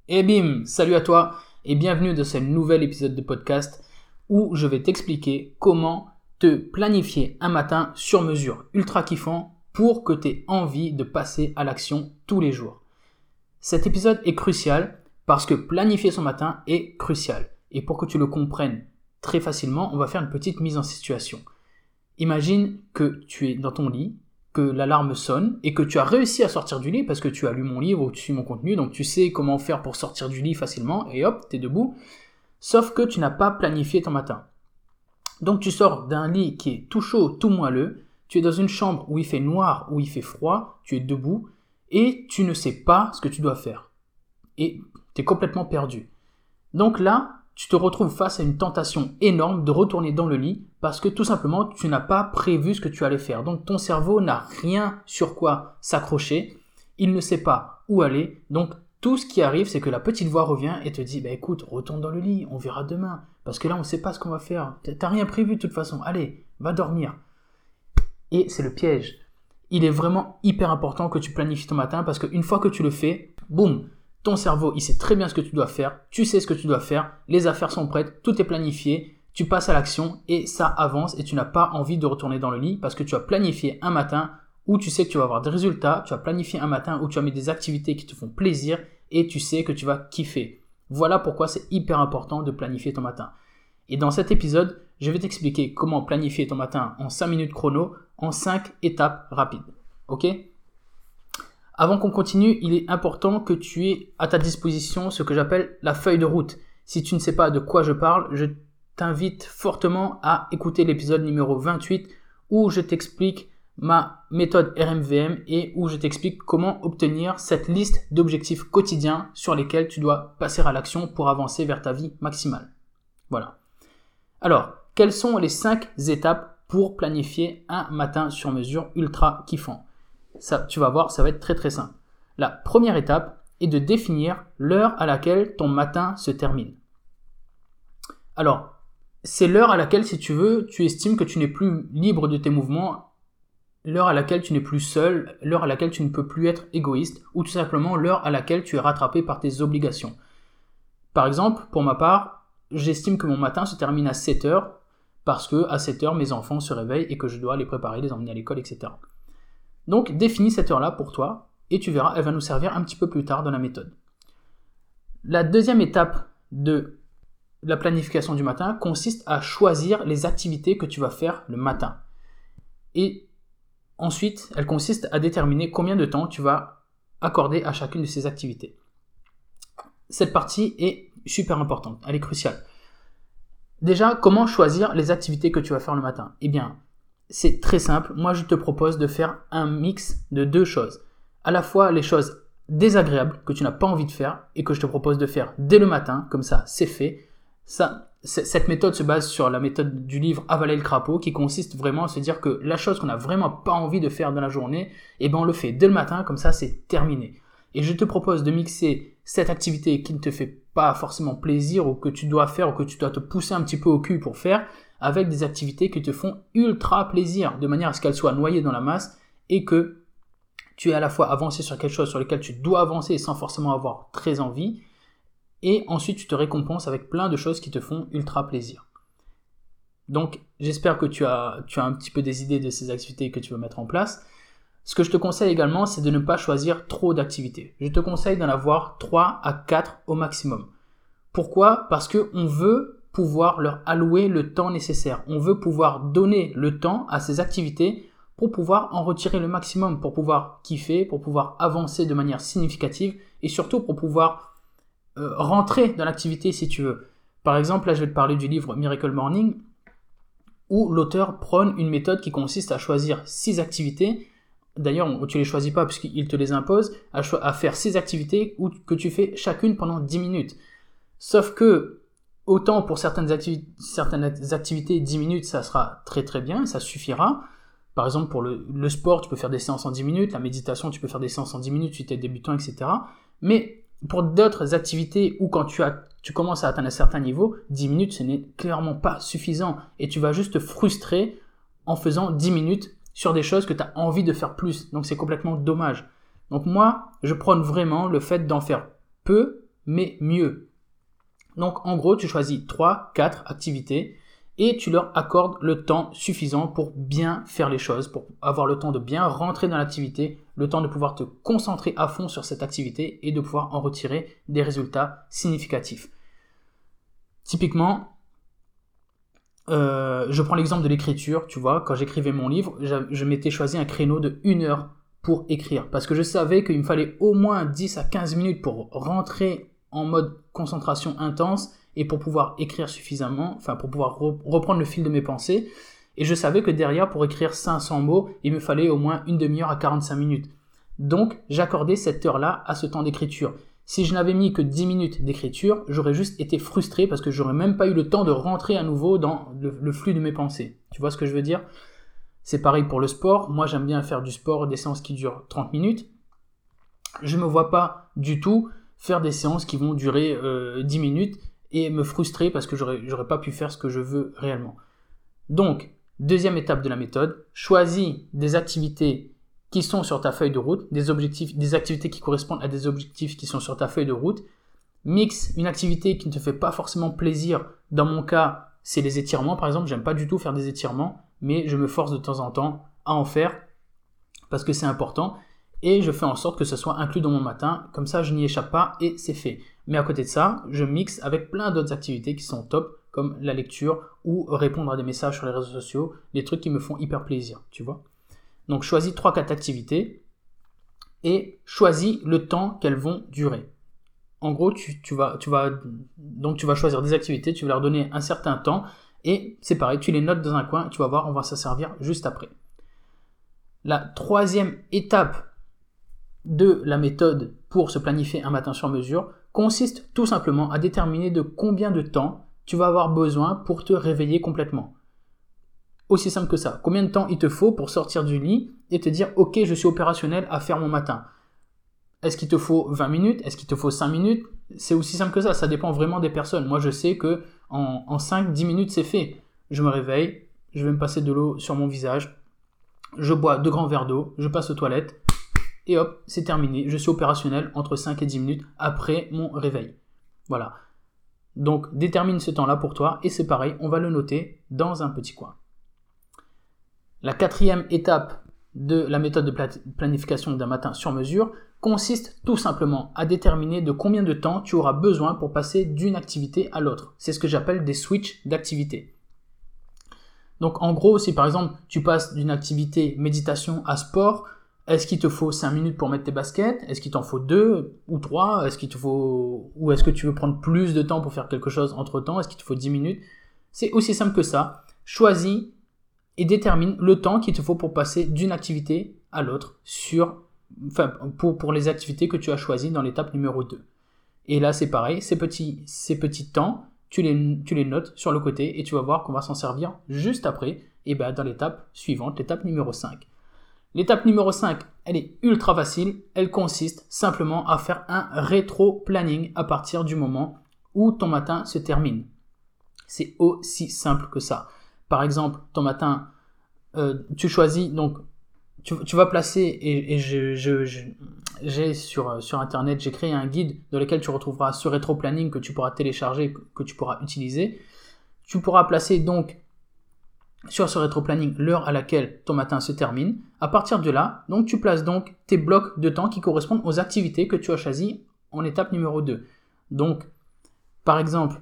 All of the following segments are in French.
Et bim, salut à toi et bienvenue dans ce nouvel épisode de podcast où je vais t'expliquer comment te planifier un matin sur mesure, ultra kiffant pour que tu aies envie de passer à l'action tous les jours. Cet épisode est crucial parce que planifier son matin est crucial. Et pour que tu le comprennes très facilement, on va faire une petite mise en situation. Imagine que tu es dans ton lit, que l'alarme sonne et que tu as réussi à sortir du lit parce que tu as lu mon livre ou tu suis mon contenu, donc tu sais comment faire pour sortir du lit facilement et hop, t'es debout. Sauf que tu n'as pas planifié ton matin. Donc tu sors d'un lit qui est tout chaud, tout moelleux, tu es dans une chambre où il fait noir, où il fait froid, tu es debout et tu ne sais pas ce que tu dois faire. Et tu es complètement perdu. Donc là, tu te retrouves face à une tentation énorme de retourner dans le lit parce que tout simplement, tu n'as pas prévu ce que tu allais faire. Donc ton cerveau n'a rien sur quoi s'accrocher, il ne sait pas où aller. Donc tout ce qui arrive, c'est que la petite voix revient et te dit écoute, retourne dans le lit, on verra demain. Parce que là, on ne sait pas ce qu'on va faire. T'as rien prévu de toute façon. Allez, va dormir. Et c'est le piège. Il est vraiment hyper important que tu planifies ton matin parce qu'une fois que tu le fais, boum, ton cerveau, il sait très bien ce que tu dois faire, tu sais ce que tu dois faire, les affaires sont prêtes, tout est planifié, tu passes à l'action et ça avance et tu n'as pas envie de retourner dans le lit parce que tu as planifié un matin où tu sais que tu vas avoir des résultats, tu as planifié un matin où tu as mis des activités qui te font plaisir et tu sais que tu vas kiffer. Voilà pourquoi c'est hyper important de planifier ton matin. Et dans cet épisode, je vais t'expliquer comment planifier ton matin en 5 minutes chrono, en 5 étapes rapides. Ok ? Avant qu'on continue, il est important que tu aies à ta disposition ce que j'appelle la feuille de route. Si tu ne sais pas de quoi je parle, je t'invite fortement à écouter l'épisode numéro 28 où je t'explique ma méthode RMVM et où je t'explique comment obtenir cette liste d'objectifs quotidiens sur lesquels tu dois passer à l'action pour avancer vers ta vie maximale. Voilà. Alors, quelles sont les 5 étapes pour planifier un matin sur mesure ultra kiffant ? Ça, tu vas voir, ça va être très très simple. La première étape est de définir l'heure à laquelle ton matin se termine. Alors, c'est l'heure à laquelle, si tu veux, tu estimes que tu n'es plus libre de tes mouvements, l'heure à laquelle tu n'es plus seul, l'heure à laquelle tu ne peux plus être égoïste, ou tout simplement l'heure à laquelle tu es rattrapé par tes obligations. Par exemple, pour ma part, j'estime que mon matin se termine à 7 heures, parce que à 7 heures, mes enfants se réveillent et que je dois les préparer, les emmener à l'école, etc. Donc, définis cette heure-là pour toi et tu verras, elle va nous servir un petit peu plus tard dans la méthode. La deuxième étape de la planification du matin consiste à choisir les activités que tu vas faire le matin. Et ensuite, elle consiste à déterminer combien de temps tu vas accorder à chacune de ces activités. Cette partie est super importante, elle est cruciale. Déjà, comment choisir les activités que tu vas faire le matin ? Eh bien, c'est très simple. Moi, je te propose de faire un mix de 2 choses. À la fois les choses désagréables que tu n'as pas envie de faire et que je te propose de faire dès le matin, comme ça, c'est fait. Cette méthode se base sur la méthode du livre Avaler le crapaud qui consiste vraiment à se dire que la chose qu'on n'a vraiment pas envie de faire dans la journée, eh ben on le fait dès le matin, comme ça, c'est terminé. Et je te propose de mixer cette activité qui ne te fait pas forcément plaisir ou que tu dois faire ou que tu dois te pousser un petit peu au cul pour faire avec des activités qui te font ultra plaisir de manière à ce qu'elles soient noyées dans la masse et que tu aies à la fois avancé sur quelque chose sur lequel tu dois avancer sans forcément avoir très envie et ensuite tu te récompenses avec plein de choses qui te font ultra plaisir. Donc j'espère que tu as un petit peu des idées de ces activités que tu veux mettre en place. Ce que je te conseille également, c'est de ne pas choisir trop d'activités. Je te conseille d'en avoir 3 à 4 au maximum. Pourquoi ? Parce qu'on veut pouvoir leur allouer le temps nécessaire. On veut pouvoir donner le temps à ces activités pour pouvoir en retirer le maximum, pour pouvoir kiffer, pour pouvoir avancer de manière significative et surtout pour pouvoir rentrer dans l'activité si tu veux. Par exemple, là je vais te parler du livre Miracle Morning où l'auteur prône une méthode qui consiste à choisir 6 activités. D'ailleurs, tu ne les choisis pas puisqu'il te les impose, à faire 6 activités que tu fais chacune pendant 10 minutes. Sauf que, autant pour certaines activités, 10 minutes, ça sera très très bien, ça suffira. Par exemple, pour le sport, tu peux faire des séances en 10 minutes, la méditation, tu peux faire des séances en 10 minutes si tu es débutant, etc. Mais pour d'autres activités où quand tu commences à atteindre un certain niveau, 10 minutes, ce n'est clairement pas suffisant. Et tu vas juste te frustrer en faisant 10 minutes sur des choses que tu as envie de faire plus. Donc c'est complètement dommage. Donc moi, je prône vraiment le fait d'en faire peu, mais mieux. Donc en gros, tu choisis 3-4 activités et tu leur accordes le temps suffisant pour bien faire les choses, pour avoir le temps de bien rentrer dans l'activité, le temps de pouvoir te concentrer à fond sur cette activité et de pouvoir en retirer des résultats significatifs. Typiquement, je prends l'exemple de l'écriture, tu vois, quand j'écrivais mon livre, je m'étais choisi un créneau de 1 heure pour écrire, parce que je savais qu'il me fallait au moins 10 à 15 minutes pour rentrer en mode concentration intense et pour pouvoir écrire suffisamment, enfin pour pouvoir reprendre le fil de mes pensées. Et je savais que derrière, pour écrire 500 mots, il me fallait au moins une demi-heure à 45 minutes. Donc, j'accordais cette heure-là à ce temps d'écriture. Si je n'avais mis que 10 minutes d'écriture, j'aurais juste été frustré parce que j'aurais même pas eu le temps de rentrer à nouveau dans le flux de mes pensées. Tu vois ce que je veux dire ? C'est pareil pour le sport. Moi, j'aime bien faire du sport, des séances qui durent 30 minutes. Je ne me vois pas du tout faire des séances qui vont durer 10 minutes et me frustrer parce que j'aurais pas pu faire ce que je veux réellement. Donc, deuxième étape de la méthode, choisis des activités qui sont sur ta feuille de route, des activités qui correspondent à des objectifs qui sont sur ta feuille de route. Mixe une activité qui ne te fait pas forcément plaisir. Dans mon cas, c'est les étirements par exemple. J'aime pas du tout faire des étirements, mais je me force de temps en temps à en faire parce que c'est important. Et je fais en sorte que ce soit inclus dans mon matin, comme ça je n'y échappe pas et c'est fait. Mais à côté de ça, je mixe avec plein d'autres activités qui sont top, comme la lecture ou répondre à des messages sur les réseaux sociaux, des trucs qui me font hyper plaisir, tu vois. Donc choisis 3-4 activités et choisis le temps qu'elles vont durer. En gros, tu vas choisir des activités, tu vas leur donner un certain temps et c'est pareil, tu les notes dans un coin et tu vas voir, on va s'en servir juste après. La troisième étape de la méthode pour se planifier un matin sur mesure consiste tout simplement à déterminer de combien de temps tu vas avoir besoin pour te réveiller complètement. Aussi simple que ça. Combien de temps il te faut pour sortir du lit et te dire « Ok, je suis opérationnel à faire mon matin ». Est-ce qu'il te faut 20 minutes ? Est-ce qu'il te faut 5 minutes ? C'est aussi simple que ça. Ça dépend vraiment des personnes. Moi, je sais que en 5-10 minutes, c'est fait. Je me réveille, je vais me passer de l'eau sur mon visage, je bois 2 grands verres d'eau, je passe aux toilettes, et hop, c'est terminé. Je suis opérationnel entre 5 et 10 minutes après mon réveil. Voilà. Donc, détermine ce temps-là pour toi, et c'est pareil, on va le noter dans un petit coin. La quatrième étape de la méthode de planification d'un matin sur mesure consiste tout simplement à déterminer de combien de temps tu auras besoin pour passer d'une activité à l'autre. C'est ce que j'appelle des switches d'activité. Donc en gros, si par exemple tu passes d'une activité méditation à sport, est-ce qu'il te faut 5 minutes pour mettre tes baskets ? Est-ce qu'il t'en faut 2 ou 3 ? Ou est-ce que tu veux prendre plus de temps pour faire quelque chose entre temps ? Est-ce qu'il te faut 10 minutes ? C'est aussi simple que ça. Choisis et détermine le temps qu'il te faut pour passer d'une activité à l'autre pour les activités que tu as choisies dans l'étape numéro 2. Et là, c'est pareil, ces petits temps, tu les notes sur le côté et tu vas voir qu'on va s'en servir juste après, et ben dans l'étape suivante, l'étape numéro 5. L'étape numéro 5, elle est ultra facile, elle consiste simplement à faire un rétro-planning à partir du moment où ton matin se termine. C'est aussi simple que ça. Par exemple, ton matin, tu choisis, donc tu vas placer, et j'ai sur internet, j'ai créé un guide dans lequel tu retrouveras ce rétro-planning que tu pourras télécharger, que tu pourras utiliser. Tu pourras placer donc sur ce rétro-planning l'heure à laquelle ton matin se termine. À partir de là, donc tu places donc tes blocs de temps qui correspondent aux activités que tu as choisies en étape numéro 2. Donc, par exemple,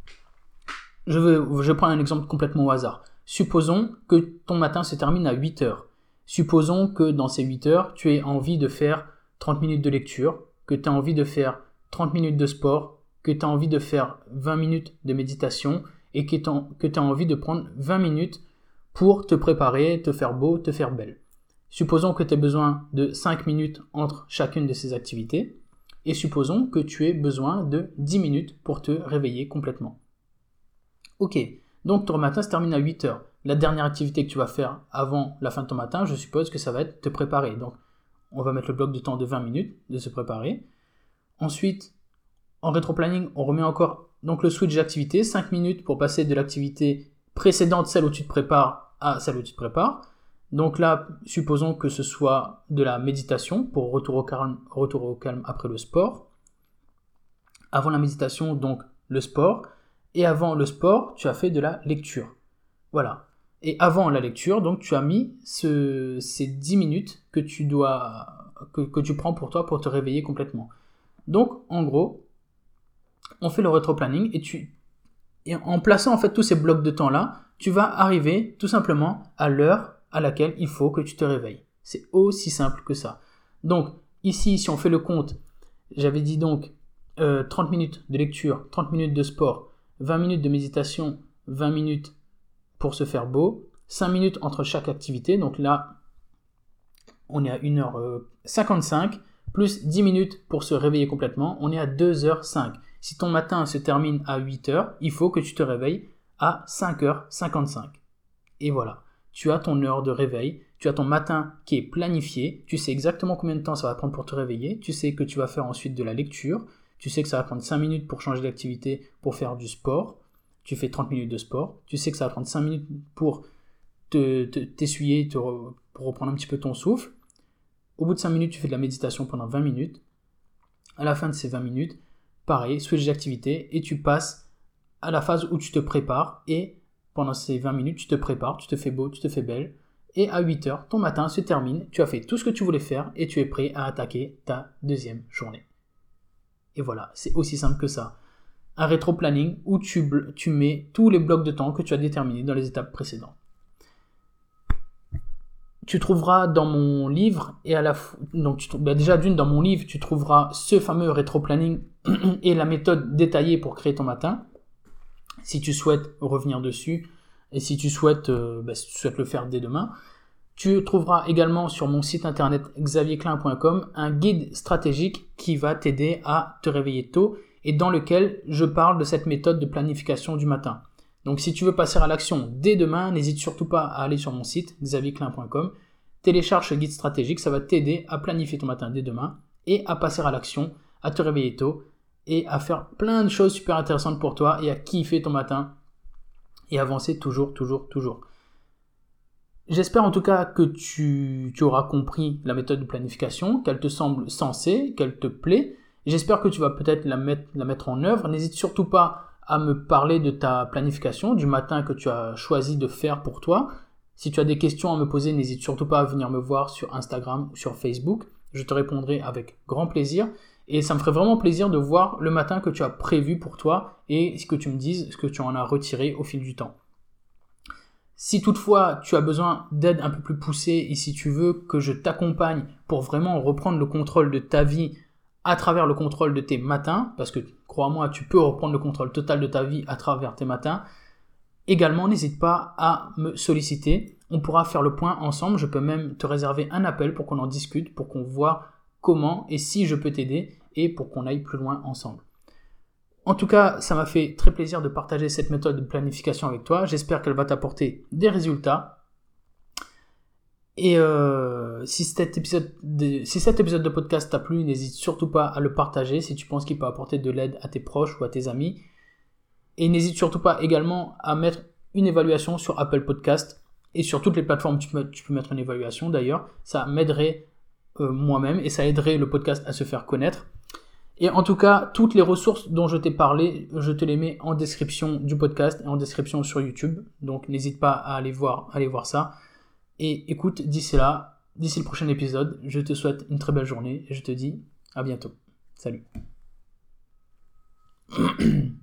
je prends un exemple complètement au hasard. Supposons que ton matin se termine à 8 heures. Supposons que dans ces 8 heures, tu aies envie de faire 30 minutes de lecture, que tu as envie de faire 30 minutes de sport, que tu as envie de faire 20 minutes de méditation et que tu as envie de prendre 20 minutes pour te préparer, te faire beau, te faire belle. Supposons que tu aies besoin de 5 minutes entre chacune de ces activités et supposons que tu aies besoin de 10 minutes pour te réveiller complètement. Ok, donc ton matin se termine à 8 heures. La dernière activité que tu vas faire avant la fin de ton matin, je suppose que ça va être te préparer. Donc, on va mettre le bloc de temps de 20 minutes de se préparer. Ensuite, en rétro-planning, on remet encore donc le switch d'activité, 5 minutes pour passer de l'activité précédente, celle où tu te prépares, à celle où tu te prépares. Donc là, supposons que ce soit de la méditation pour retour au calme après le sport. Avant la méditation, donc le sport. Et avant le sport, tu as fait de la lecture. Voilà. Et avant la lecture, donc tu as mis ces 10 minutes que tu prends pour toi pour te réveiller complètement. Donc, en gros, on fait le rétro-planning et en plaçant en fait tous ces blocs de temps-là, tu vas arriver tout simplement à l'heure à laquelle il faut que tu te réveilles. C'est aussi simple que ça. Donc, ici, si on fait le compte, j'avais dit donc 30 minutes de lecture, 30 minutes de sport, 20 minutes de méditation, 20 minutes pour se faire beau, 5 minutes entre chaque activité. Donc là, on est à 1h55, plus 10 minutes pour se réveiller complètement. On est à 2h05. Si ton matin se termine à 8h, il faut que tu te réveilles à 5h55. Et voilà, tu as ton heure de réveil, tu as ton matin qui est planifié, tu sais exactement combien de temps ça va prendre pour te réveiller, tu sais que tu vas faire ensuite de la lecture, tu sais que ça va prendre 5 minutes pour changer d'activité, pour faire du sport, tu fais 30 minutes de sport, tu sais que ça va prendre 5 minutes pour t'essuyer, pour reprendre un petit peu ton souffle. Au bout de 5 minutes, tu fais de la méditation pendant 20 minutes. À la fin de ces 20 minutes, pareil, switch d'activité et tu passes à la phase où tu te prépares et pendant ces 20 minutes, tu te prépares, tu te fais beau, tu te fais belle et à 8h, ton matin se termine, tu as fait tout ce que tu voulais faire et tu es prêt à attaquer ta deuxième journée. Et voilà, c'est aussi simple que ça. Un rétro-planning où tu mets tous les blocs de temps que tu as déterminés dans les étapes précédentes. Tu trouveras dans mon livre, déjà dans mon livre, tu trouveras ce fameux rétro-planning et la méthode détaillée pour créer ton matin, si tu souhaites revenir dessus, et si tu souhaites le faire dès demain. Tu trouveras également sur mon site internet xavierclin.com un guide stratégique qui va t'aider à te réveiller tôt et dans lequel je parle de cette méthode de planification du matin. Donc si tu veux passer à l'action dès demain, n'hésite surtout pas à aller sur mon site xavierclin.com, télécharge ce guide stratégique, ça va t'aider à planifier ton matin dès demain et à passer à l'action, à te réveiller tôt et à faire plein de choses super intéressantes pour toi et à kiffer ton matin et avancer toujours. J'espère en tout cas que tu auras compris la méthode de planification, qu'elle te semble sensée, qu'elle te plaît. J'espère que tu vas peut-être la mettre en œuvre. N'hésite surtout pas à me parler de ta planification, du matin que tu as choisi de faire pour toi. Si tu as des questions à me poser, n'hésite surtout pas à venir me voir sur Instagram ou sur Facebook. Je te répondrai avec grand plaisir. Et ça me ferait vraiment plaisir de voir le matin que tu as prévu pour toi et que tu me dises ce que tu en as retiré au fil du temps. Si toutefois tu as besoin d'aide un peu plus poussée et si tu veux que je t'accompagne pour vraiment reprendre le contrôle de ta vie à travers le contrôle de tes matins, parce que crois-moi, tu peux reprendre le contrôle total de ta vie à travers tes matins, également n'hésite pas à me solliciter. On pourra faire le point ensemble, je peux même te réserver un appel pour qu'on en discute, pour qu'on voit comment et si je peux t'aider et pour qu'on aille plus loin ensemble. En tout cas, ça m'a fait très plaisir de partager cette méthode de planification avec toi. J'espère qu'elle va t'apporter des résultats. Et si cet épisode de podcast t'a plu, n'hésite surtout pas à le partager si tu penses qu'il peut apporter de l'aide à tes proches ou à tes amis. Et n'hésite surtout pas également à mettre une évaluation sur Apple Podcast et sur toutes les plateformes tu peux mettre une évaluation d'ailleurs. Ça m'aiderait moi-même et ça aiderait le podcast à se faire connaître. Et en tout cas, toutes les ressources dont je t'ai parlé, je te les mets en description du podcast et en description sur YouTube. Donc n'hésite pas à aller voir ça. Et écoute, d'ici le prochain épisode, je te souhaite une très belle journée et je te dis à bientôt. Salut.